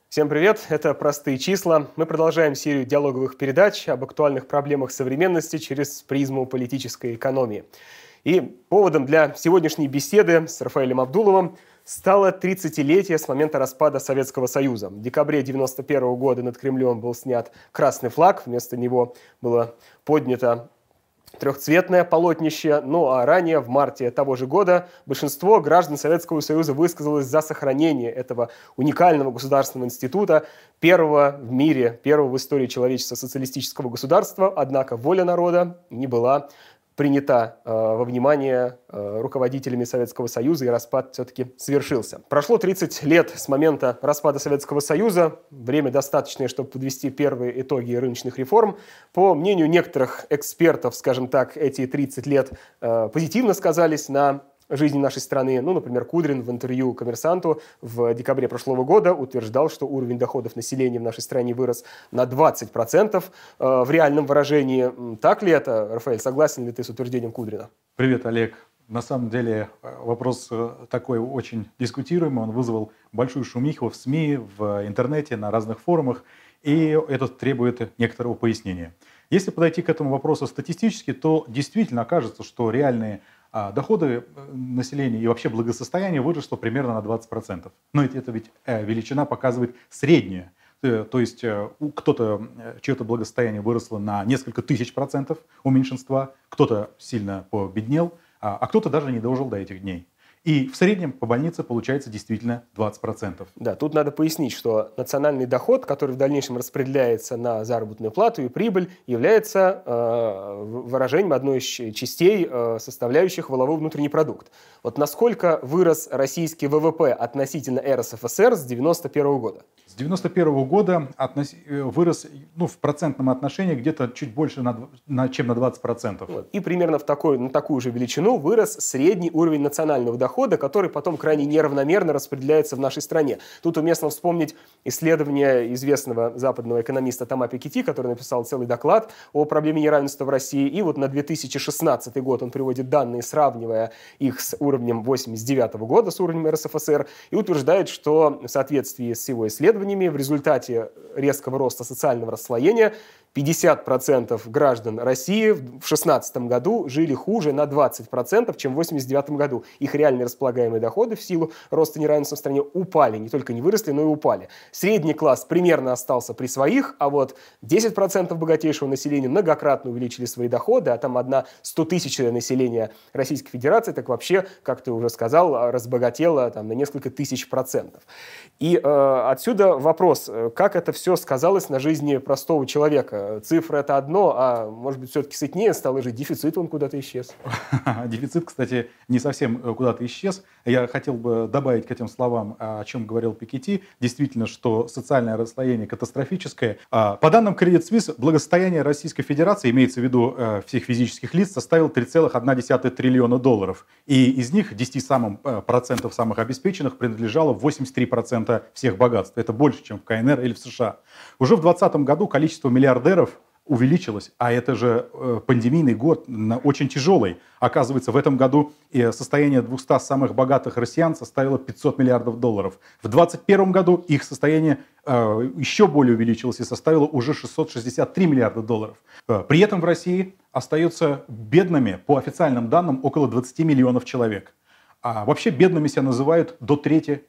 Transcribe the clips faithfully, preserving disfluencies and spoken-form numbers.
Всем привет, это «Простые числа». Мы продолжаем серию диалоговых передач об актуальных проблемах современности через призму политической экономии. И поводом для сегодняшней беседы с Рафаэлем Абдуловым стало тридцатилетие с момента распада Советского Союза. В декабре девяносто первого года над Кремлем был снят красный флаг, вместо него было поднято трехцветное полотнище, ну а ранее, в марте того же года, большинство граждан Советского Союза высказалось за сохранение этого уникального государственного института, первого в мире, первого в истории человечества социалистического государства, однако воля народа не была принята э, во внимание э, руководителями Советского Союза, и распад все-таки совершился. Прошло тридцать лет с момента распада Советского Союза, время достаточное, чтобы подвести первые итоги рыночных реформ. По мнению некоторых экспертов, скажем так, эти тридцать лет э, позитивно сказались на жизни нашей страны. Ну, например, Кудрин в интервью «Коммерсанту» в декабре прошлого года утверждал, что уровень доходов населения в нашей стране вырос на двадцать процентов э, в реальном выражении. Так ли это, Рафаэль? Согласен ли ты с утверждением Кудрина? Привет, Олег. На самом деле вопрос такой очень дискутируемый. Он вызвал большую шумиху в СМИ, в интернете, на разных форумах. И это требует некоторого пояснения. Если подойти к этому вопросу статистически, то действительно окажется, что реальные а доходы населения и вообще благосостояние выросло примерно на двадцать процентов. Но это, это ведь величина показывает среднее. То есть кто-то, чье-то благосостояние выросло на несколько тысяч процентов у меньшинства, кто-то сильно победнел, а кто-то даже не дожил до этих дней. И в среднем по больнице получается действительно двадцать процентов. Да, тут надо пояснить, что национальный доход, который в дальнейшем распределяется на заработную плату и прибыль, является э, выражением одной из частей, э, составляющих валовой внутренний продукт. Вот насколько вырос российский ВВП относительно эр эс эф эс эр с девяносто первого года? С девяносто первого года относ... вырос, ну, в процентном отношении где-то чуть больше, на... На... чем на двадцать процентов. Вот. И примерно в такой, на такую же величину вырос средний уровень национального дохода, который потом крайне неравномерно распределяется в нашей стране. Тут уместно вспомнить исследование известного западного экономиста Тома Пикетти, который написал целый доклад о проблеме неравенства в России. И вот на две тысячи шестнадцатый год он приводит данные, сравнивая их с уровнем восемьдесят девятого года, с уровнем эр эс эф эс эр, и утверждает, что в соответствии с его исследованиями в результате резкого роста социального расслоения пятьдесят процентов граждан России в две тысячи шестнадцатом году жили хуже на двадцать процентов, чем в восемьдесят девятом году. Их реальные располагаемые доходы в силу роста неравенства в стране упали. Не только не выросли, но и упали. Средний класс примерно остался при своих, а вот десять процентов богатейшего населения многократно увеличили свои доходы, а там одна стотысячное население Российской Федерации, так вообще, как ты уже сказал, разбогатело там, на несколько тысяч процентов. И э, отсюда вопрос, как это все сказалось на жизни простого человека? Цифра — это одно, а может быть все-таки сытнее стало жить, дефицит он куда-то исчез. Дефицит, кстати, не совсем куда-то исчез. Я хотел бы добавить к этим словам, о чем говорил Пикетти. Действительно, что социальное расслоение катастрофическое. По данным Credit Suisse, благосостояние Российской Федерации, имеется в виду всех физических лиц, составило три целых одна десятая триллиона долларов. И из них десять процентов самых обеспеченных принадлежало восемьдесят три процента всех богатств. Это больше, чем в ка эн эр или в США. Уже в двадцатом году количество миллиардеров увеличилось, а это же э, пандемийный год, очень тяжелый. Оказывается, в этом году э, состояние двухсот самых богатых россиян составило пятьсот миллиардов долларов. В двадцать первом году их состояние э, еще более увеличилось и составило уже шестьсот шестьдесят три миллиарда долларов. Э, при этом в России остается бедными, по официальным данным, около двадцати миллионов человек. А вообще бедными себя называют до трети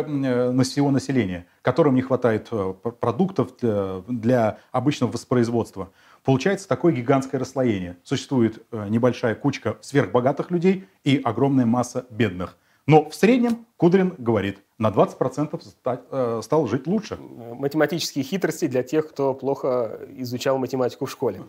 на всего населения, которым не хватает продуктов для обычного воспроизводства. Получается такое гигантское расслоение. Существует небольшая кучка сверхбогатых людей и огромная масса бедных. Но в среднем Кудрин говорит, на двадцать процентов стал жить лучше. Математические хитрости для тех, кто плохо изучал математику в школе.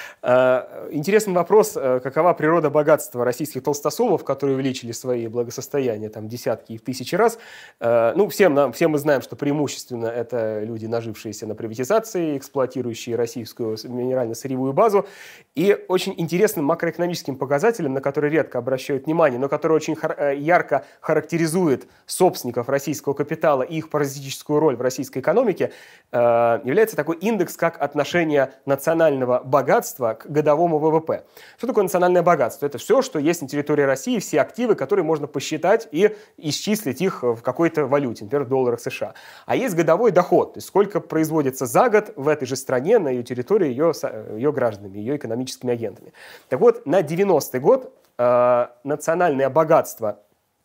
Интересный вопрос, какова природа богатства российских толстосумов, которые увеличили свои благосостояния там, десятки и в тысячи раз. Ну, всем, нам, все мы знаем, что преимущественно это люди, нажившиеся на приватизации, эксплуатирующие российскую минерально-сырьевую базу. И очень интересным макроэкономическим показателем, на который редко обращают внимание, но который очень ярко характеризует собственников российских российского капитала и их паразитическую роль в российской экономике является такой индекс, как отношение национального богатства к годовому ВВП. Что такое национальное богатство? Это все, что есть на территории России, все активы, которые можно посчитать и исчислить их в какой-то валюте, например, в долларах США. А есть годовой доход, то есть сколько производится за год в этой же стране, на ее территории, ее, ее гражданами, ее экономическими агентами. Так вот, на девяностый год э, национальное богатство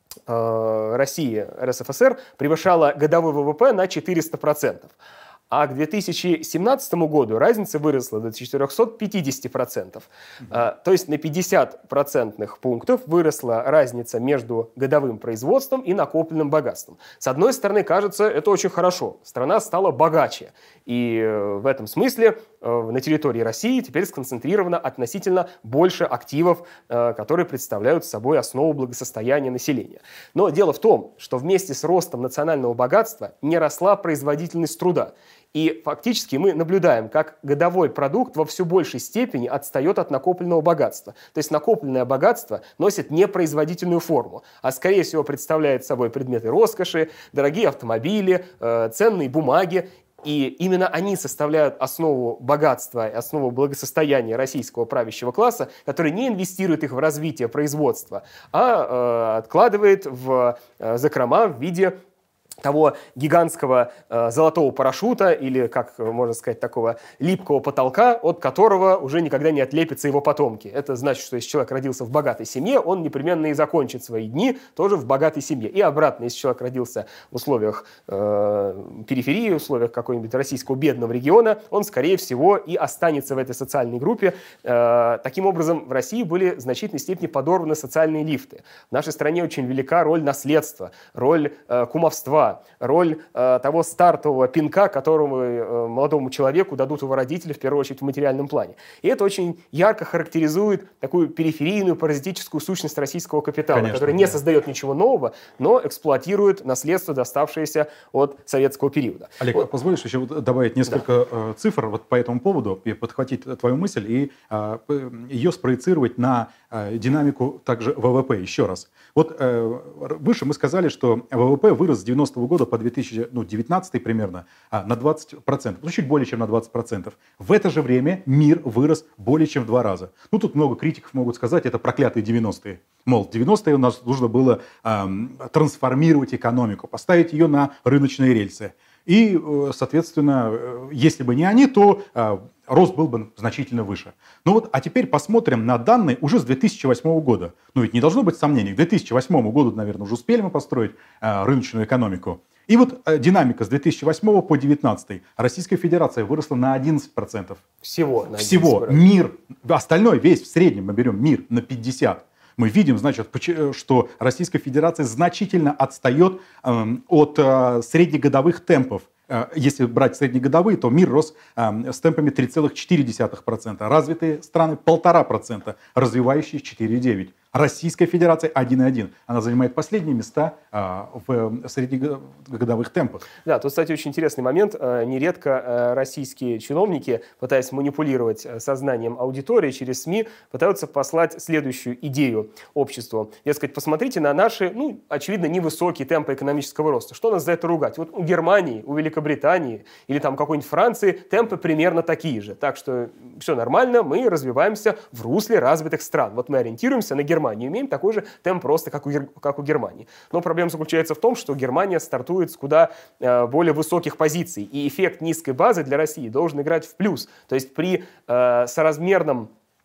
э, России, РСФСР превышало годовой ВВП на четыреста процентов. А к две тысячи семнадцатому году разница выросла до четырехсот пятидесяти процентов. Mm-hmm. То есть на пятьдесят процентных пунктов выросла разница между годовым производством и накопленным богатством. С одной стороны, кажется, это очень хорошо. Страна стала богаче. И в этом смысле на территории России теперь сконцентрировано относительно больше активов, которые представляют собой основу благосостояния населения. Но дело в том, что вместе с ростом национального богатства не росла производительность труда. И фактически мы наблюдаем, как годовой продукт во все большей степени отстает от накопленного богатства. То есть накопленное богатство носит непроизводительную форму, а скорее всего представляет собой предметы роскоши, дорогие автомобили, ценные бумаги. И именно они составляют основу богатства и основу благосостояния российского правящего класса, который не инвестирует их в развитие производства, а э, откладывает в э, закрома в виде того гигантского э, золотого парашюта или, как можно сказать, такого липкого потолка, от которого уже никогда не отлепятся его потомки. Это значит, что если человек родился в богатой семье, он непременно и закончит свои дни тоже в богатой семье. И обратно, если человек родился в условиях э, периферии, в условиях какого-нибудь российского бедного региона, он, скорее всего, и останется в этой социальной группе. Э, таким образом, в России были в значительной степени подорваны социальные лифты. В нашей стране очень велика роль наследства, роль э, кумовства, роль э, того стартового пинка, которому э, молодому человеку дадут его родители, в первую очередь в материальном плане. И это очень ярко характеризует такую периферийную паразитическую сущность российского капитала, Конечно, который не да. создает ничего нового, но эксплуатирует наследство, доставшееся от советского периода. Олег, вот. Позволишь еще добавить несколько да. цифр вот по этому поводу, и подхватить твою мысль и э, ее спроецировать на э, динамику также ВВП еще раз. Вот э, выше мы сказали, что ВВП вырос с девяностого года по две тысячи девятнадцатый примерно а, на двадцать процентов, ну чуть более чем на двадцать процентов. В это же время мир вырос более чем в два раза. Ну тут много критиков могут сказать, это проклятые девяностые. Мол, в девяностые у нас нужно было эм, трансформировать экономику, поставить ее на рыночные рельсы. И, соответственно, если бы не они, то э, рост был бы значительно выше. Ну вот, а теперь посмотрим на данные уже с две тысячи восьмого года. Ну ведь не должно быть сомнений, к две тысячи восьмому году, наверное, уже успели мы построить э, рыночную экономику. И вот э, динамика с две тысячи восьмого по две тысячи девятнадцатый. Российская Федерация выросла на одиннадцать процентов. Всего. На Всего. Мир, остальной весь в среднем, мы берем мир на пятьдесят процентов. Мы видим, значит, что Российская Федерация значительно отстает э, от э, среднегодовых темпов. Э, если брать среднегодовые, то мир рос э, с темпами три целых четыре десятых процента. Развитые страны полтора процента, развивающие четыре целых девять процента. Российская Федерация один целых один. Она занимает последние места а, в среднегодовых темпах. Да, тут, кстати, очень интересный момент. Нередко российские чиновники, пытаясь манипулировать сознанием аудитории через СМИ, пытаются послать следующую идею обществу. Дескать, посмотрите на наши, ну, очевидно, невысокие темпы экономического роста. Что нас за это ругать? Вот у Германии, у Великобритании или там какой-нибудь Франции темпы примерно такие же. Так что все нормально, мы развиваемся в русле развитых стран. Вот мы ориентируемся на Германию. Германии имеем такой же темп роста, как у, как у Германии. Но проблема заключается в том, что Германия стартует с куда э, более высоких позиций, и эффект низкой базы для России должен играть в плюс. То есть при э, соразмерном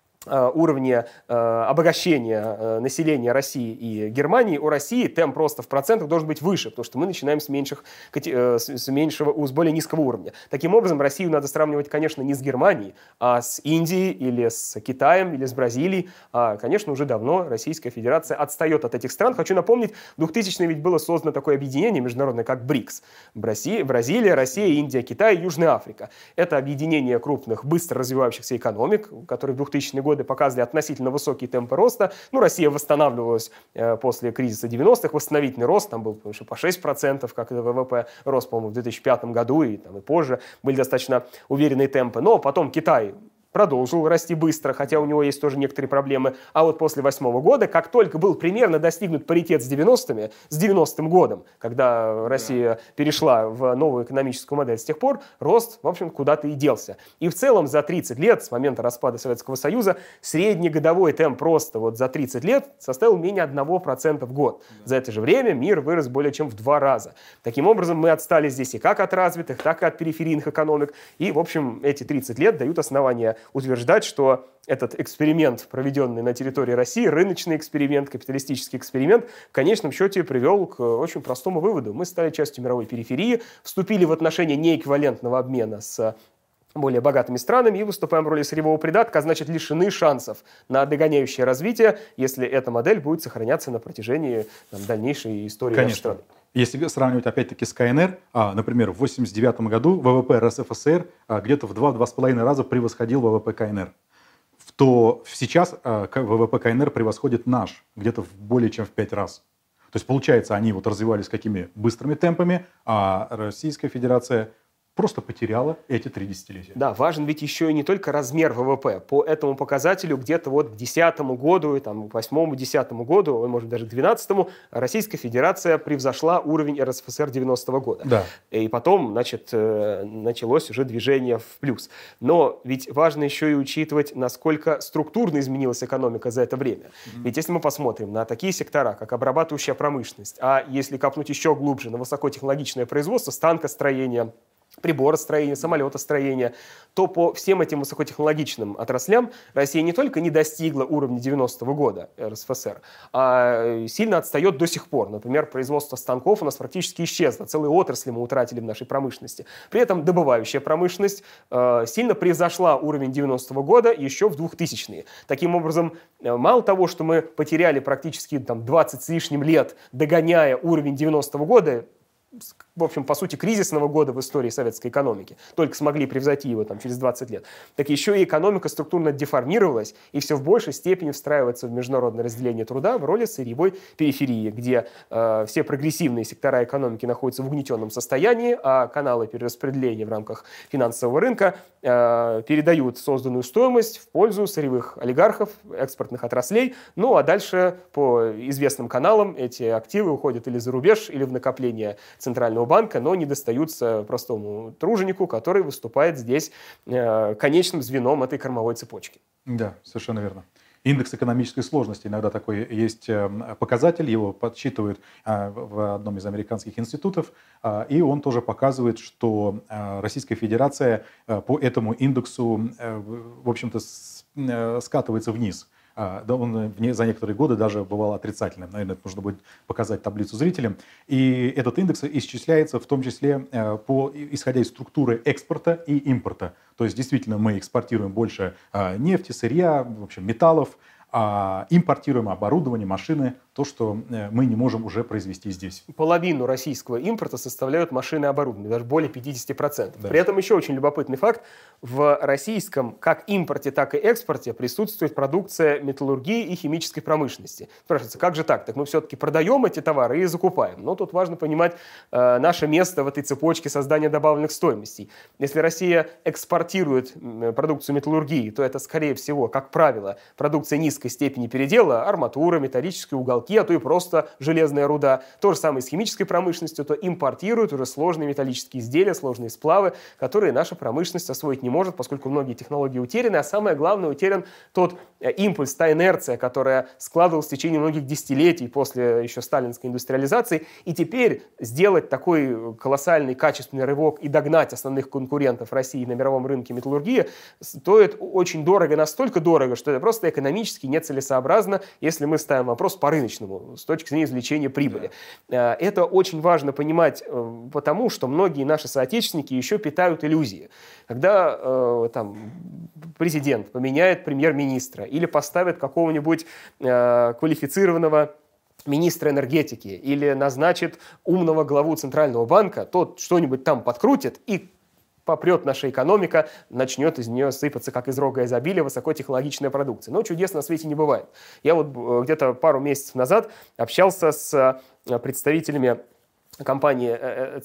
уровня э, обогащения э, населения России и Германии, у России темп роста в процентах должен быть выше, потому что мы начинаем с, меньших, э, с, с, меньшего, с более низкого уровня. Таким образом, Россию надо сравнивать, конечно, не с Германией, а с Индией или с Китаем или с Бразилией. А, конечно, уже давно Российская Федерация отстает от этих стран. Хочу напомнить, в двухтысячные ведь было создано такое объединение международное, как БРИКС. Бразилия, Бразилия, Россия, Индия, Китай, Южная Африка. Это объединение крупных, быстро развивающихся экономик, которые в двухтысячные годы показывали относительно высокие темпы роста. Ну, Россия восстанавливалась э, после кризиса девяностых, восстановительный рост, там был по шесть процентов, как и ВВП рос, по-моему, в две тысячи пятом году и, там, и позже были достаточно уверенные темпы. Но потом Китай продолжил расти быстро, хотя у него есть тоже некоторые проблемы. А вот после восьмого года, как только был примерно достигнут паритет с девяностыми, с девяностым годом, когда Россия да. перешла в новую экономическую модель, с тех пор рост, в общем, куда-то и делся. И в целом за тридцать лет, с момента распада Советского Союза, среднегодовой темп роста вот за тридцать лет составил менее одного процента в год. Да. За это же время мир вырос более чем в два раза. Таким образом, мы отстали здесь и как от развитых, так и от периферийных экономик. И, в общем, эти тридцать лет дают основания утверждать, что этот эксперимент, проведенный на территории России, рыночный эксперимент, капиталистический эксперимент, в конечном счете привел к очень простому выводу. Мы стали частью мировой периферии, вступили в отношения неэквивалентного обмена с более богатыми странами и выступаем в роли сырьевого придатка, а значит лишены шансов на догоняющее развитие, если эта модель будет сохраняться на протяжении там, дальнейшей истории нашей страны. Если сравнивать опять-таки с ка эн эр, а, например, в восемьдесят девятом году вэ вэ пэ эр эс эф эс эр а, где-то в два-два с половиной раза превосходил вэ вэ пэ ка эн эр, то сейчас а, вэ вэ пэ ка эн эр превосходит наш где-то в более чем в пять раз. То есть получается, они вот развивались какими быстрыми темпами, а Российская Федерация просто потеряла эти три десятилетия. Да, важен ведь еще и не только размер вэ вэ пэ. По этому показателю где-то вот к десятому году, там, к восьмому-десятому году, может даже к двенадцатому, Российская Федерация превзошла уровень эр эс эф эс эр девяностого года. Да. И потом, значит, началось уже движение в плюс. Но ведь важно еще и учитывать, насколько структурно изменилась экономика за это время. Mm-hmm. Ведь если мы посмотрим на такие сектора, как обрабатывающая промышленность, а если копнуть еще глубже на высокотехнологичное производство, станкостроение, приборостроения, самолетостроения, то по всем этим высокотехнологичным отраслям Россия не только не достигла уровня девяностого года эр эс эф эс эр, а сильно отстает до сих пор. Например, производство станков у нас практически исчезло. Целые отрасли мы утратили в нашей промышленности. При этом добывающая промышленность э, сильно превзошла уровень девяностого года еще в двухтысячные. Таким образом, мало того, что мы потеряли практически там, двадцать с лишним лет, догоняя уровень девяностого года, в общем, по сути, кризисного года в истории советской экономики, только смогли превзойти его там, через двадцать лет, так еще и экономика структурно деформировалась и все в большей степени встраивается в международное разделение труда в роли сырьевой периферии, где э, все прогрессивные сектора экономики находятся в угнетенном состоянии, а каналы перераспределения в рамках финансового рынка э, передают созданную стоимость в пользу сырьевых олигархов, экспортных отраслей, ну а дальше по известным каналам эти активы уходят или за рубеж, или в накопление Центрального банка, но не достаются простому труженику, который выступает здесь э, конечным звеном этой кормовой цепочки. Да, совершенно верно. Индекс экономической сложности, иногда такой есть показатель, его подсчитывают э, в одном из американских институтов, э, и он тоже показывает, что э, Российская Федерация э, по этому индексу, э, в общем-то, с, э, скатывается вниз. Да, он за некоторые годы даже бывал отрицательным. Наверное, это нужно будет показать таблицу зрителям. И этот индекс исчисляется в том числе по, исходя из структуры экспорта и импорта. То есть действительно мы экспортируем больше нефти, сырья, в общем, металлов, а импортируем оборудование, машины, то, что мы не можем уже произвести здесь. Половину российского импорта составляют машины и оборудование, даже более пятидесяти процентов. Да. При этом еще очень любопытный факт. В российском как импорте, так и экспорте присутствует продукция металлургии и химической промышленности. Спрашивается, как же так? Так мы все-таки продаем эти товары и закупаем. Но тут важно понимать э, наше место в этой цепочке создания добавленных стоимостей. Если Россия экспортирует продукцию металлургии, то это, скорее всего, как правило, продукция низкой степени передела, арматура, металлические уголки, а то и просто железная руда. То же самое с химической промышленностью, то импортируют уже сложные металлические изделия, сложные сплавы, которые наша промышленность освоить не может, поскольку многие технологии утеряны, а самое главное, утерян тот импульс, та инерция, которая складывалась в течение многих десятилетий после еще сталинской индустриализации. И теперь сделать такой колоссальный качественный рывок и догнать основных конкурентов России на мировом рынке металлургии стоит очень дорого, настолько дорого, что это просто экономически нецелесообразно, если мы ставим вопрос по рыночному, с точки зрения извлечения прибыли. Да. Это очень важно понимать, потому что многие наши соотечественники еще питают иллюзии. Когда э, там, президент поменяет премьер-министра или поставит какого-нибудь э, квалифицированного министра энергетики или назначит умного главу Центрального банка, тот что-нибудь там подкрутит и попрет наша экономика, начнет из нее сыпаться, как из рога изобилия, высокотехнологичная продукция. Но чудес на свете не бывает. Я вот где-то пару месяцев назад общался с представителями компании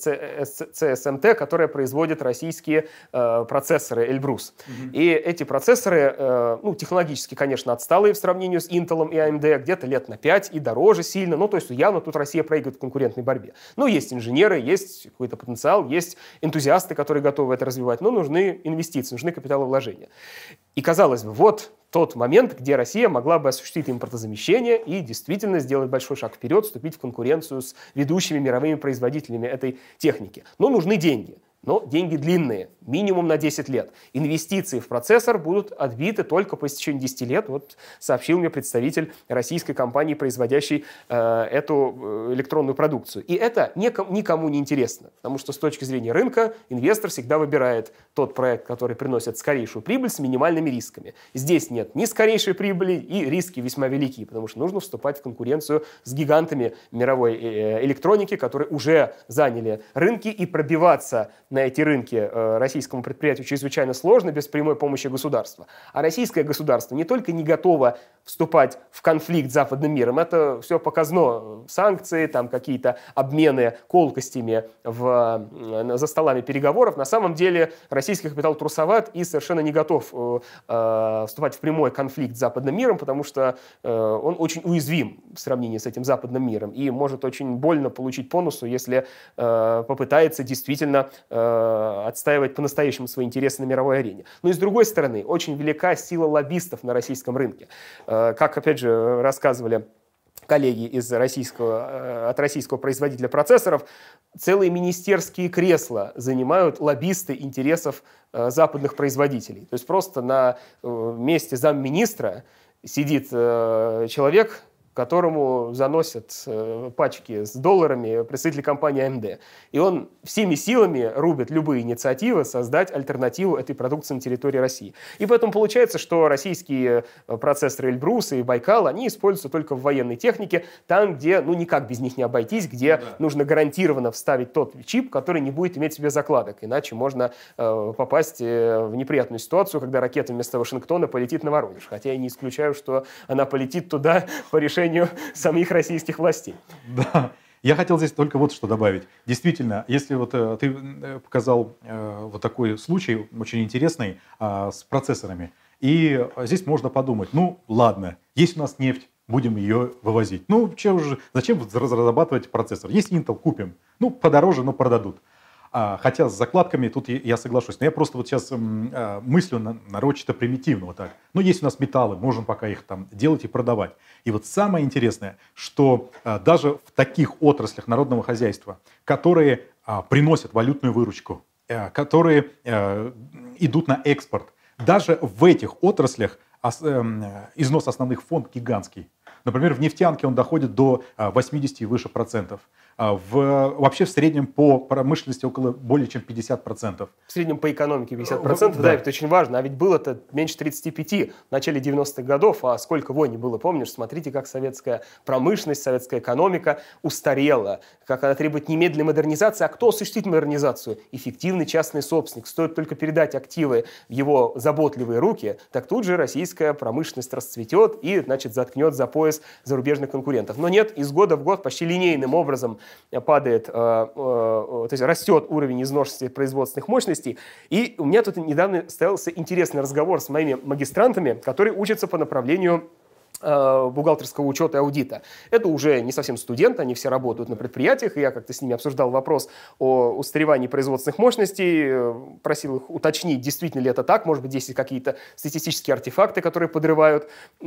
си эс эм ти, которая производит российские э, процессоры Эльбрус. Mm-hmm. И эти процессоры, э, ну, технологически, конечно, отсталые в сравнении с Intel и эй эм ди, где-то лет на пять и дороже сильно. Ну, то есть явно тут Россия проигрывает в конкурентной борьбе. Ну, есть инженеры, есть какой-то потенциал, есть энтузиасты, которые готовы это развивать, но нужны инвестиции, нужны капиталовложения. И, казалось бы, вот тот момент, где Россия могла бы осуществить импортозамещение и действительно сделать большой шаг вперед, вступить в конкуренцию с ведущими мировыми производителями этой техники. Но нужны деньги. Но деньги длинные, минимум на десять лет. Инвестиции в процессор будут отбиты только по истечении десяти лет. Вот сообщил мне представитель российской компании, производящей э, эту электронную продукцию. И это никому, никому не интересно, потому что с точки зрения рынка инвестор всегда выбирает тот проект, который приносит скорейшую прибыль с минимальными рисками. Здесь нет ни скорейшей прибыли, и риски весьма велики, потому что нужно вступать в конкуренцию с гигантами мировой электроники, которые уже заняли рынки, и пробиваться на эти рынки э, российскому предприятию чрезвычайно сложно без прямой помощи государства. А российское государство не только не готово вступать в конфликт с западным миром, это все показано. Санкции, там какие-то обмены колкостями в, э, за столами переговоров. На самом деле российский капитал трусоват и совершенно не готов э, э, вступать в прямой конфликт с западным миром, потому что э, он очень уязвим в сравнении с этим западным миром и может очень больно получить по носу, если э, попытается действительно э, отстаивать по-настоящему свои интересы на мировой арене. Но и с другой стороны, очень велика сила лоббистов на российском рынке. Как, опять же, рассказывали коллеги из российского, от российского производителя процессоров, целые министерские кресла занимают лоббисты интересов западных производителей. То есть просто на месте замминистра сидит человек, которому заносят э, пачки с долларами представители компании эй эм ди. И он всеми силами рубит любые инициативы создать альтернативу этой продукции на территории России. И поэтому получается, что российские процессоры Эльбрус и Байкал, они используются только в военной технике, там, где ну никак без них не обойтись, где да. нужно гарантированно вставить тот чип, который не будет иметь в себе закладок. Иначе можно э, попасть э, в неприятную ситуацию, когда ракета вместо Вашингтона полетит на Воронеж. Хотя я не исключаю, что она полетит туда по решению самих российских властей. Да. Я хотел здесь только вот что добавить. Действительно, если вот э, ты показал э, вот такой случай, очень интересный, э, с процессорами, и здесь можно подумать, ну ладно, есть у нас нефть, будем ее вывозить. Ну, че уже, зачем разрабатывать процессор? Есть Intel, купим. Ну, подороже, но продадут. А, хотя с закладками тут я, я соглашусь. Но я просто вот сейчас м, а, мыслю на, нарочито примитивно вот так. Ну, есть у нас металлы, можем пока их там делать и продавать. И вот самое интересное, что а, даже в таких отраслях народного хозяйства, которые а, приносят валютную выручку, а, которые а, идут на экспорт, даже в этих отраслях ос, а, износ основных фонд гигантский. Например, в нефтянке он доходит до восьмидесяти и выше процентов. В, вообще в среднем по промышленности около более чем пятьдесят процентов. В среднем по экономике пятьдесят процентов, да, да, это очень важно. А ведь было-то меньше тридцати пяти в начале девяностых годов, а сколько войн было, помнишь? Смотрите, как советская промышленность, советская экономика устарела, как она требует немедленной модернизации. А кто осуществит модернизацию? Эффективный частный собственник. Стоит только передать активы в его заботливые руки, так тут же российская промышленность расцветет и, значит, заткнет за пояс зарубежных конкурентов. Но нет, из года в год почти линейным образом падает, э, э, то есть растет уровень изношенности производственных мощностей. И у меня тут недавно состоялся интересный разговор с моими магистрантами, которые учатся по направлению бухгалтерского учета и аудита. Это уже не совсем студенты, они все работают на предприятиях, и я как-то с ними обсуждал вопрос о устаревании производственных мощностей, просил их уточнить, действительно ли это так, может быть, здесь есть какие-то статистические артефакты, которые подрывают э,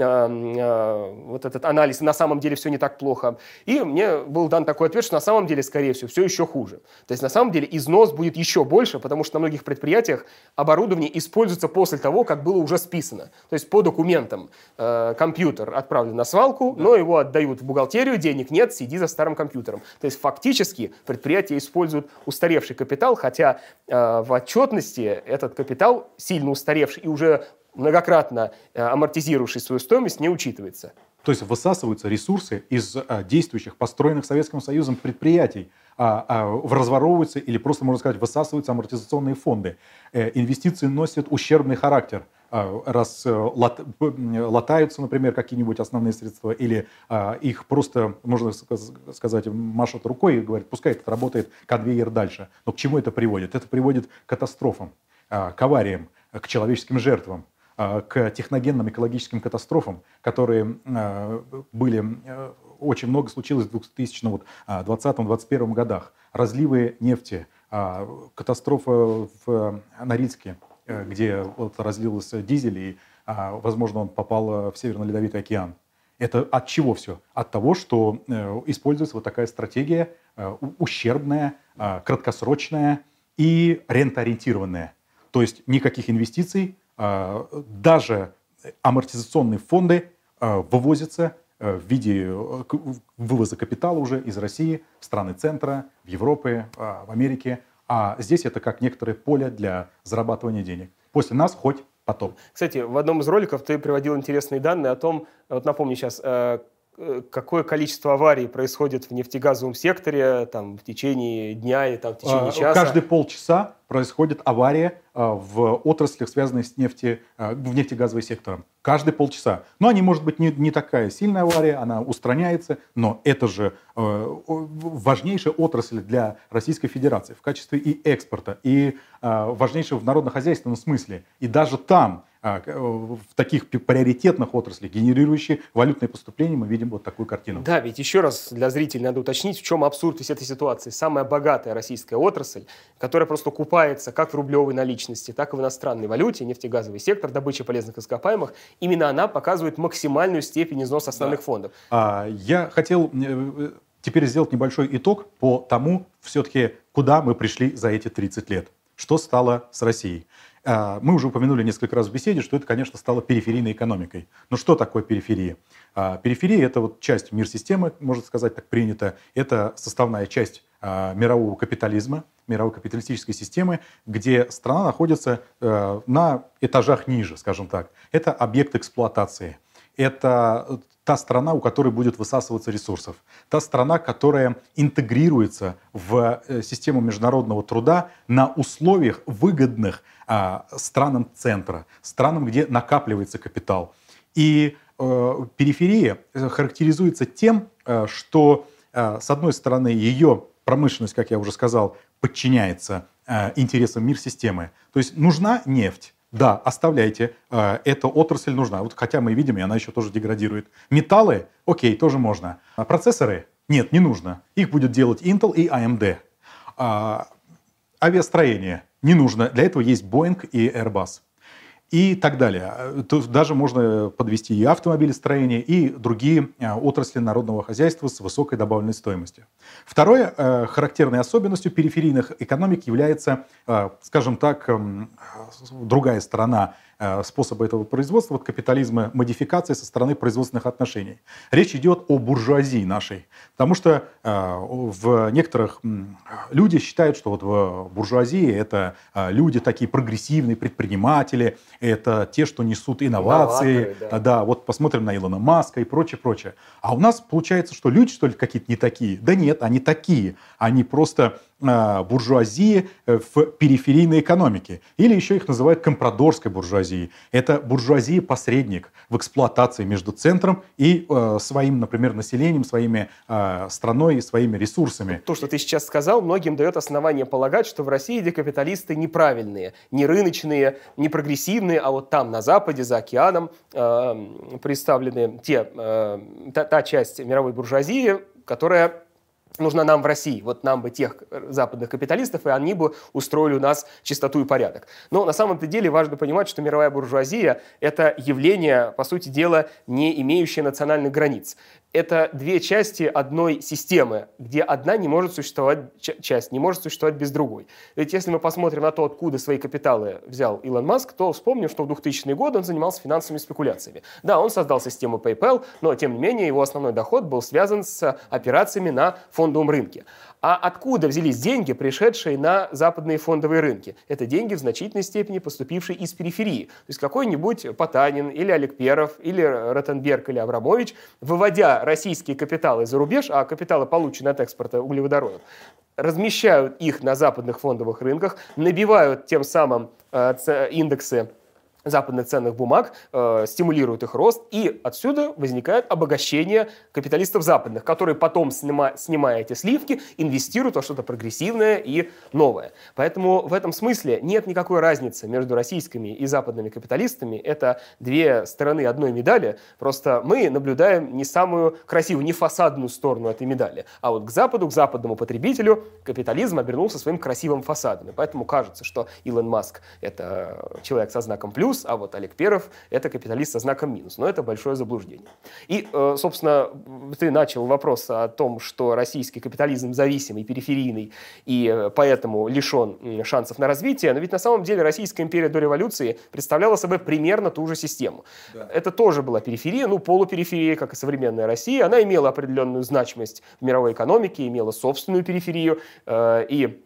э, вот этот анализ, и на самом деле все не так плохо. И мне был дан такой ответ, что на самом деле, скорее всего, все еще хуже. То есть на самом деле износ будет еще больше, потому что на многих предприятиях оборудование используется после того, как было уже списано. То есть по документам э, компьютер отправлен на свалку, да. но его отдают в бухгалтерию, денег нет, сиди за старым компьютером. То есть фактически предприятия используют устаревший капитал, хотя э, в отчетности этот капитал, сильно устаревший и уже многократно э, амортизировавший свою стоимость, не учитывается. То есть высасываются ресурсы из а, действующих, построенных Советским Союзом предприятий. а, а, разворовываются или просто, можно сказать, высасываются амортизационные фонды. Э, инвестиции носят ущербный характер. Раз лат, латаются, например, какие-нибудь основные средства, или а, их просто, можно сказать, машут рукой и говорят, пускай это работает конвейер дальше. Но к чему это приводит? Это приводит к катастрофам, а, к авариям, к человеческим жертвам, а, к техногенным экологическим катастрофам, которые а, были, а, очень много случилось в двухтысячном, двадцатом — двадцать первом годах. Разливы нефти, а, катастрофа в Норильске, где вот разлился дизель, и, возможно, он попал в Северный Ледовитый океан. Это от чего все? От того, что используется вот такая стратегия ущербная, краткосрочная и рентоориентированная. То есть никаких инвестиций, даже амортизационные фонды вывозятся в виде вывоза капитала уже из России в страны центра, в Европе, в Америке. А здесь это как некоторое поле для зарабатывания денег. После нас хоть потоп. Кстати, в одном из роликов ты приводил интересные данные о том, вот напомню сейчас, какое количество аварий происходит в нефтегазовом секторе там, в течение дня и там, в течение часа. Каждые полчаса происходит авария в отраслях, связанных с нефти, в нефтегазовый сектор. Каждые полчаса. Но они, может быть, не, не такая сильная авария, она устраняется, но это же э, важнейшая отрасль для Российской Федерации в качестве и экспорта, и э, важнейшая в народно-хозяйственном смысле. И даже там, э, в таких приоритетных отраслях, генерирующих валютные поступления, мы видим вот такую картину. Да, ведь еще раз для зрителей надо уточнить, в чем абсурд из этой ситуации. Самая богатая российская отрасль, которая просто купается как в рублевой наличности, так и в иностранной валюте, нефтегазовый сектор, добыча полезных ископаемых, именно она показывает максимальную степень износа основных да. фондов. А, я хотел теперь сделать небольшой итог по тому, все-таки, куда мы пришли за эти тридцать лет. Что стало с Россией? А, мы уже упомянули несколько раз в беседе, что это, конечно, стало периферийной экономикой. Но что такое периферия? А, периферия – это вот часть мир-системы, можно сказать, так принято. Это составная часть а, мирового капитализма, мировой капиталистической системы, где страна находится э, на этажах ниже, скажем так. Это объект эксплуатации. Это та страна, у которой будет высасываться ресурсов. Та страна, которая интегрируется в систему международного труда на условиях, выгодных э, странам центра, странам, где накапливается капитал. И э, периферия характеризуется тем, э, что, э, с одной стороны, ее промышленность, как я уже сказал, подчиняется э, интересам мир-системы. То есть нужна нефть. Да, оставляйте, э, эта отрасль нужна. Вот, хотя мы видим, и она еще тоже деградирует. Металлы, окей, тоже можно. А процессоры? Нет, не нужно. Их будет делать Intel и эй эм ди. А, авиастроение? Не нужно. Для этого есть Boeing и Airbus. И так далее. То даже можно подвести и автомобилестроение, и другие отрасли народного хозяйства с высокой добавленной стоимостью. Второй э, характерной особенностью периферийных экономик является, э, скажем так, э, другая сторона э, способа этого производства, вот капитализма, модификации со стороны производственных отношений. Речь идет о буржуазии нашей. Потому что э, в некоторых э, люди считают, что вот в буржуазии это э, люди такие прогрессивные предприниматели, это те, что несут инновации. Инноваторы, да. да, вот посмотрим на Илона Маска и прочее, прочее. А у нас получается, что люди, что ли, какие-то не такие? Да нет, они такие. Они просто э, буржуазии в периферийной экономике. Или еще их называют компрадорской буржуазией. Это буржуазия-посредник в эксплуатации между центром и э, своим, например, населением, своими э, страной и своими ресурсами. То, что ты сейчас сказал, многим дает основание полагать, что в России декапиталисты неправильные, не рыночные, не прогрессивные, а вот там, на Западе, за океаном, э, представлены те, э, та, та часть мировой буржуазии, которая нужна нам в России. Вот нам бы тех западных капиталистов, и они бы устроили у нас чистоту и порядок. Но на самом-то деле важно понимать, что мировая буржуазия – это явление, по сути дела, не имеющее национальных границ. Это две части одной системы, где одна не может существовать, часть не может существовать без другой. Ведь если мы посмотрим на то, откуда свои капиталы взял Илон Маск, то вспомним, что в двухтысячные годы он занимался финансовыми спекуляциями. Да, он создал систему PayPal, но тем не менее его основной доход был связан с операциями на фондовом рынке. А откуда взялись деньги, пришедшие на западные фондовые рынки? Это деньги в значительной степени поступившие из периферии. То есть какой-нибудь Потанин или Олег Перов или Ротенберг или Абрамович, выводя российские капиталы за рубеж, а капиталы, полученные от экспорта углеводородов, размещают их на западных фондовых рынках, набивают тем самым э, индексы западных ценных бумаг, э, стимулируют их рост, и отсюда возникает обогащение капиталистов западных, которые потом, снима, снимая эти сливки, инвестируют во что-то прогрессивное и новое. Поэтому в этом смысле нет никакой разницы между российскими и западными капиталистами. Это две стороны одной медали, просто мы наблюдаем не самую красивую, не фасадную сторону этой медали, а вот к Западу, к западному потребителю капитализм обернулся своим красивым фасадом. И поэтому кажется, что Илон Маск — это человек со знаком плюс, а вот Олег Перов — это капиталист со знаком минус. Но это большое заблуждение. И, собственно, ты начал вопрос о том, что российский капитализм зависимый, периферийный, и поэтому лишен шансов на развитие. Но ведь на самом деле Российская империя до революции представляла собой примерно ту же систему. Да. Это тоже была периферия, ну, полупериферия, как и современная Россия. Она имела определенную значимость в мировой экономике, имела собственную периферию, и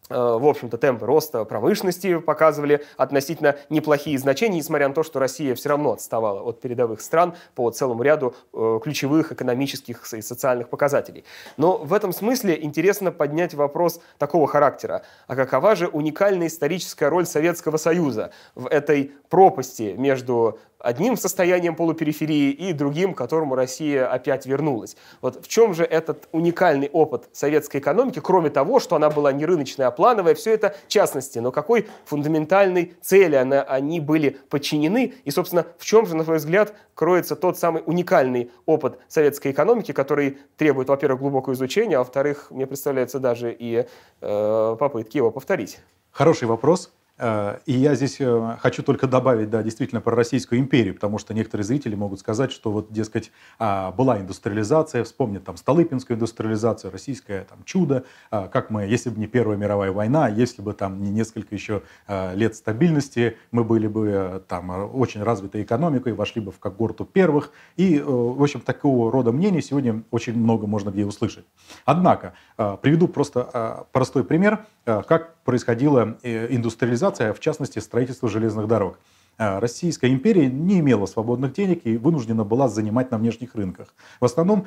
в общем-то, темпы роста промышленности показывали относительно неплохие значения, несмотря на то, что Россия все равно отставала от передовых стран по целому ряду э, ключевых экономических и социальных показателей. Но в этом смысле интересно поднять вопрос такого характера. А какова же уникальная историческая роль Советского Союза в этой пропасти между одним состоянием полупериферии и другим, к которому Россия опять вернулась? Вот в чем же этот уникальный опыт советской экономики, кроме того, что она была не рыночная, а плановая, все это частности, но какой фундаментальной цели она, они были подчинены, и, собственно, в чем же, на твой взгляд, кроется тот самый уникальный опыт советской экономики, который требует, во-первых, глубокого изучения, а во-вторых, мне представляется даже и э, попытки его повторить? Хороший вопрос. И я здесь хочу только добавить, да, действительно, про Российскую империю, потому что некоторые зрители могут сказать, что вот, дескать, была индустриализация, вспомнят там Столыпинскую индустриализацию, российское там чудо, как мы, если бы не Первая мировая война, если бы там не несколько еще лет стабильности, мы были бы там очень развитой экономикой, вошли бы в когорту первых, и, в общем, такого рода мнений сегодня очень много можно где услышать. Однако, приведу просто простой пример, как происходила индустриализация, в частности, строительство железных дорог. Российская империя не имела свободных денег и вынуждена была занимать на внешних рынках. В основном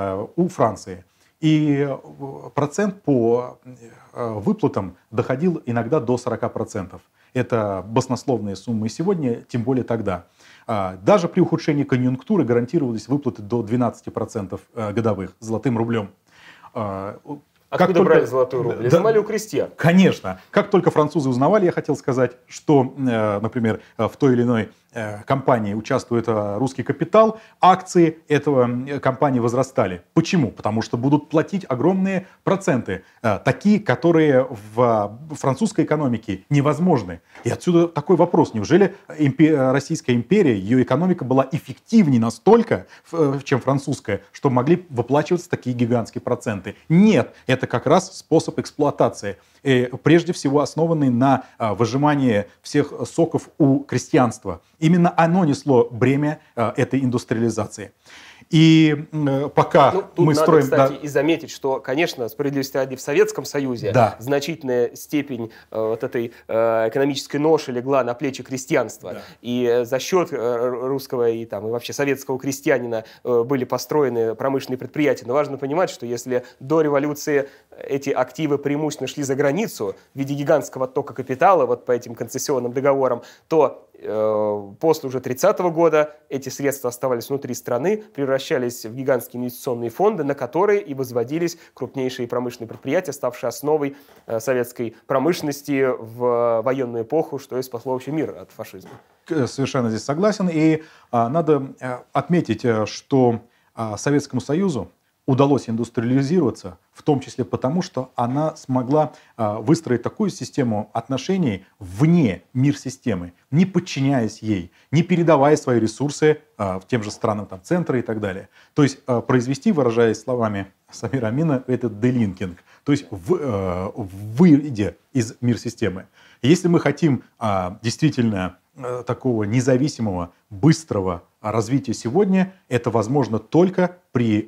у Франции. И процент по выплатам доходил иногда до сорока процентов. Это баснословные суммы сегодня, тем более тогда. Даже при ухудшении конъюнктуры гарантировались выплаты до двенадцати процентов годовых золотым рублем. Откуда только... брали золотой рубль? Изымали да, у крестьян. Конечно. Как только французы узнавали, я хотел сказать, что, например, в той или иной компании участвует русский капитал, акции этого компании возрастали. Почему? Потому что будут платить огромные проценты, такие, которые в французской экономике невозможны. И отсюда такой вопрос. Неужели импи- Российская империя, ее экономика была эффективнее настолько, чем французская, что могли выплачиваться такие гигантские проценты? Нет, это как раз способ эксплуатации, прежде всего основанный на выжимании всех соков у крестьянства. Именно оно несло бремя этой индустриализации. И пока ну, тут мы надо, строим... кстати, да... и заметить, что, конечно, справедливости ради, в Советском Союзе да. значительная степень э, вот этой э, экономической ноши легла на плечи крестьянства. Да. И за счет э, русского и, там, и вообще советского крестьянина э, были построены промышленные предприятия. Но важно понимать, что если до революции эти активы преимущественно шли за границу в виде гигантского оттока капитала вот по этим концессионным договорам, то э, после уже тридцатого года эти средства оставались внутри страны, превращались в гигантские инвестиционные фонды, на которые и возводились крупнейшие промышленные предприятия, ставшие основой э, советской промышленности в военную эпоху, что и спасло вообще мир от фашизма. Совершенно здесь согласен. И а, надо отметить, что а, Советскому Союзу удалось индустриализироваться, в том числе потому, что она смогла а, выстроить такую систему отношений вне мир-системы, не подчиняясь ей, не передавая свои ресурсы а, в тем же странам там, центра и так далее. То есть а, произвести, выражаясь словами Самира Амина, это делинкинг, то есть в, а, выйдя из мир-системы. Если мы хотим а, действительно а, такого независимого, быстрого развития сегодня, это возможно только при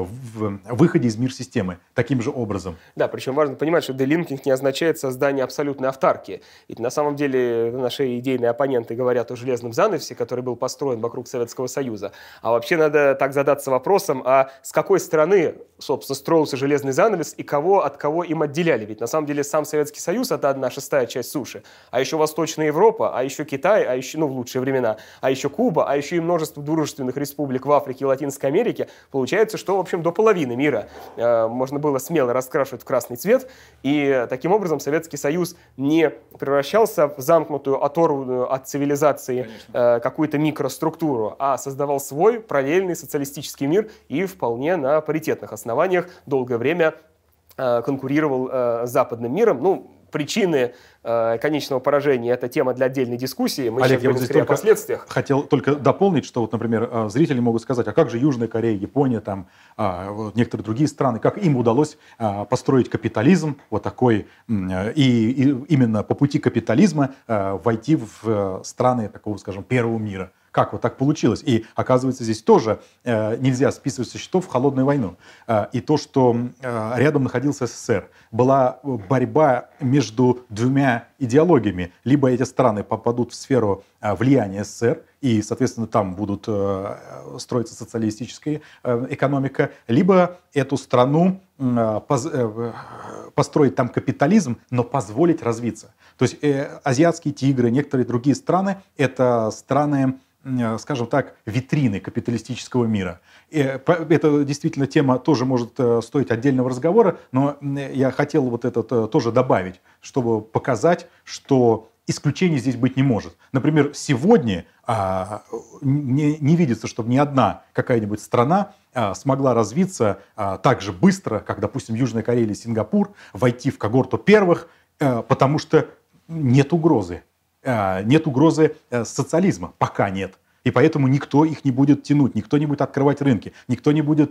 выходе из мир-системы таким же образом. Да, причем важно понимать, что делинкинг не означает создание абсолютной автаркии. Ведь на самом деле наши идейные оппоненты говорят о железном занавесе, который был построен вокруг Советского Союза. А вообще надо так задаться вопросом, а с какой стороны, собственно, строился железный занавес и кого от кого им отделяли? Ведь на самом деле сам Советский Союз — это одна шестая часть суши, а еще Восточная Европа, а еще Китай, а еще, ну, в лучшие времена, а еще Куба, а еще и множество дружественных республик в Африке и Латинской Америке. Получается, что, в общем, до половины мира э, можно было смело раскрашивать в красный цвет, и таким образом Советский Союз не превращался в замкнутую, оторванную от цивилизации э, какую-то микроструктуру, а создавал свой параллельный социалистический мир и вполне на паритетных основаниях долгое время э, конкурировал э, с западным миром. Ну, причины э, конечного поражения — это тема для отдельной дискуссии. Мы Олег, сейчас я говорим вот скорее о только последствиях. хотел только дополнить, что вот, например, зрители могут сказать, а как же Южная Корея, Япония, там, вот некоторые другие страны, как им удалось построить капитализм вот такой, и, и именно по пути капитализма войти в страны такого, скажем, первого мира. Как вот так получилось? И оказывается, здесь тоже э, нельзя списывать со счетов холодную войну. Э, и то, что э, рядом находился СССР, была борьба между двумя идеологиями. Либо эти страны попадут в сферу э, влияния СССР, и, соответственно, там будут э, строиться социалистическая э, экономика, либо эту страну э, поз, э, построить там капитализм, но позволить развиться. То есть э, азиатские тигры, некоторые другие страны — это страны, скажем так, витрины капиталистического мира. И это действительно тема тоже может стоить отдельного разговора, но я хотел вот это тоже добавить, чтобы показать, что исключений здесь быть не может. Например, сегодня а, не, не видится, чтобы ни одна какая-нибудь страна а, смогла развиться а, так же быстро, как, допустим, Южная Корея или Сингапур, войти в когорту первых, а, потому что нет угрозы. Нет угрозы социализма, пока нет. И поэтому никто их не будет тянуть, никто не будет открывать рынки, никто не будет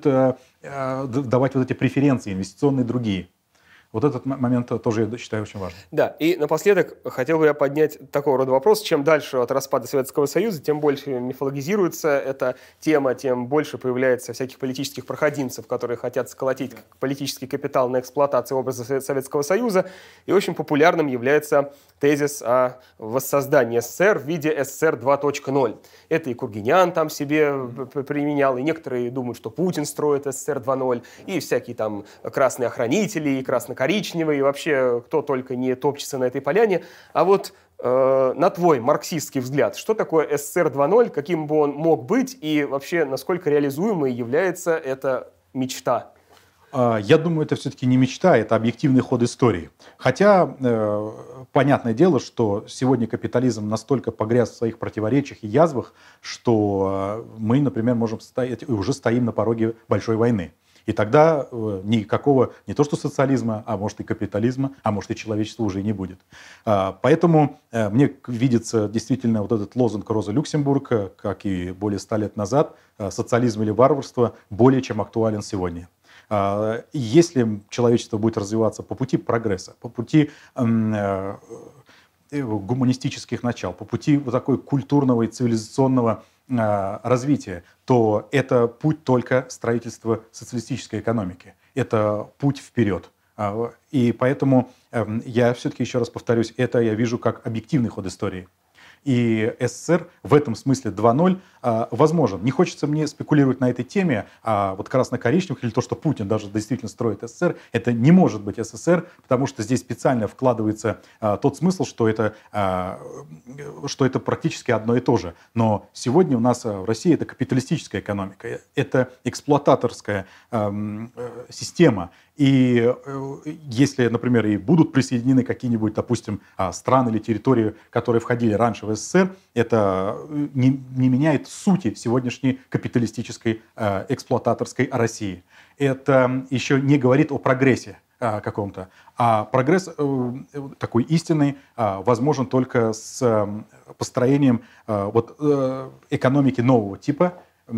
давать вот эти преференции инвестиционные другие. Вот этот момент тоже, я считаю, очень важным. Да, и напоследок хотел бы я поднять такого рода вопрос. Чем дальше от распада Советского Союза, тем больше мифологизируется эта тема, тем больше появляется всяких политических проходимцев, которые хотят сколотить политический капитал на эксплуатации образа Советского Союза. И очень популярным является тезис о воссоздании СССР в виде СССР два точка ноль. Это и Кургинян там себе применял, и некоторые думают, что Путин строит СССР два ноль, и всякие там красные охранители, и красно-коричневые, и вообще кто только не топчется на этой поляне. А вот э, на твой марксистский взгляд, что такое СССР два ноль, каким бы он мог быть, и вообще насколько реализуемой является эта мечта? Я думаю, это все-таки не мечта, это объективный ход истории. Хотя, э, понятное дело, что сегодня капитализм настолько погряз в своих противоречиях и язвах, что мы, например, можем стоять и уже стоим на пороге большой войны. И тогда э, никакого, не то что социализма, а может и капитализма, а может и человечества уже и не будет. А, поэтому э, мне видится действительно вот этот лозунг Розы Люксембург, как и более ста лет назад, э, социализм или варварство, более чем актуален сегодня. Если человечество будет развиваться по пути прогресса, по пути э, гуманистических начал, по пути вот такой культурного и цивилизационного э, развития, то это путь только строительства социалистической экономики. Это путь вперед. И поэтому э, я все-таки еще раз повторюсь, это я вижу как объективный ход истории. И СССР в этом смысле два ноль а, возможен. Не хочется мне спекулировать на этой теме, а вот красно-коричневых или то, что Путин даже действительно строит СССР, это не может быть СССР, потому что здесь специально вкладывается а, тот смысл, что это, а, что это практически одно и то же. Но сегодня у нас в России это капиталистическая экономика, это эксплуататорская а, система. И если, например, и будут присоединены какие-нибудь, допустим, страны или территории, которые входили раньше в СССР, это не, не меняет сути сегодняшней капиталистической эксплуататорской России. Это еще не говорит о прогрессе каком-то. А прогресс такой истинный возможен только с построением вот, экономики нового типа,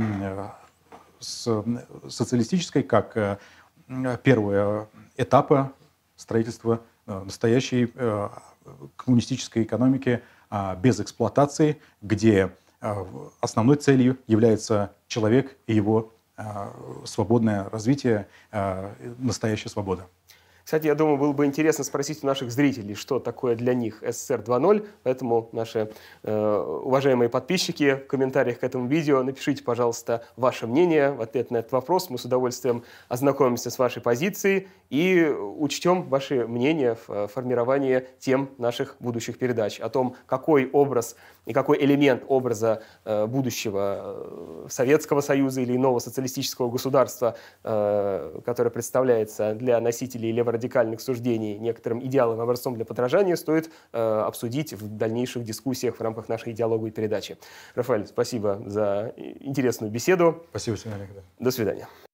с социалистической, как первого этапа строительства настоящей коммунистической экономики без эксплуатации, где основной целью является человек и его свободное развитие, настоящая свобода. Кстати, я думаю, было бы интересно спросить у наших зрителей, что такое для них СССР два ноль. Поэтому, наши э, уважаемые подписчики, в комментариях к этому видео напишите, пожалуйста, ваше мнение в ответ на этот вопрос. Мы с удовольствием ознакомимся с вашей позицией и учтем ваши мнения в формировании тем наших будущих передач. О том, какой образ и какой элемент образа э, будущего Советского Союза или иного социалистического государства, э, которое представляется для носителей леворадикальных радикальных суждений некоторым идеалом и образцом для подражания, стоит э, обсудить в дальнейших дискуссиях в рамках нашей диалоговой передачи. Рафаэль, спасибо за интересную беседу. Спасибо, Семен Олегович. До свидания.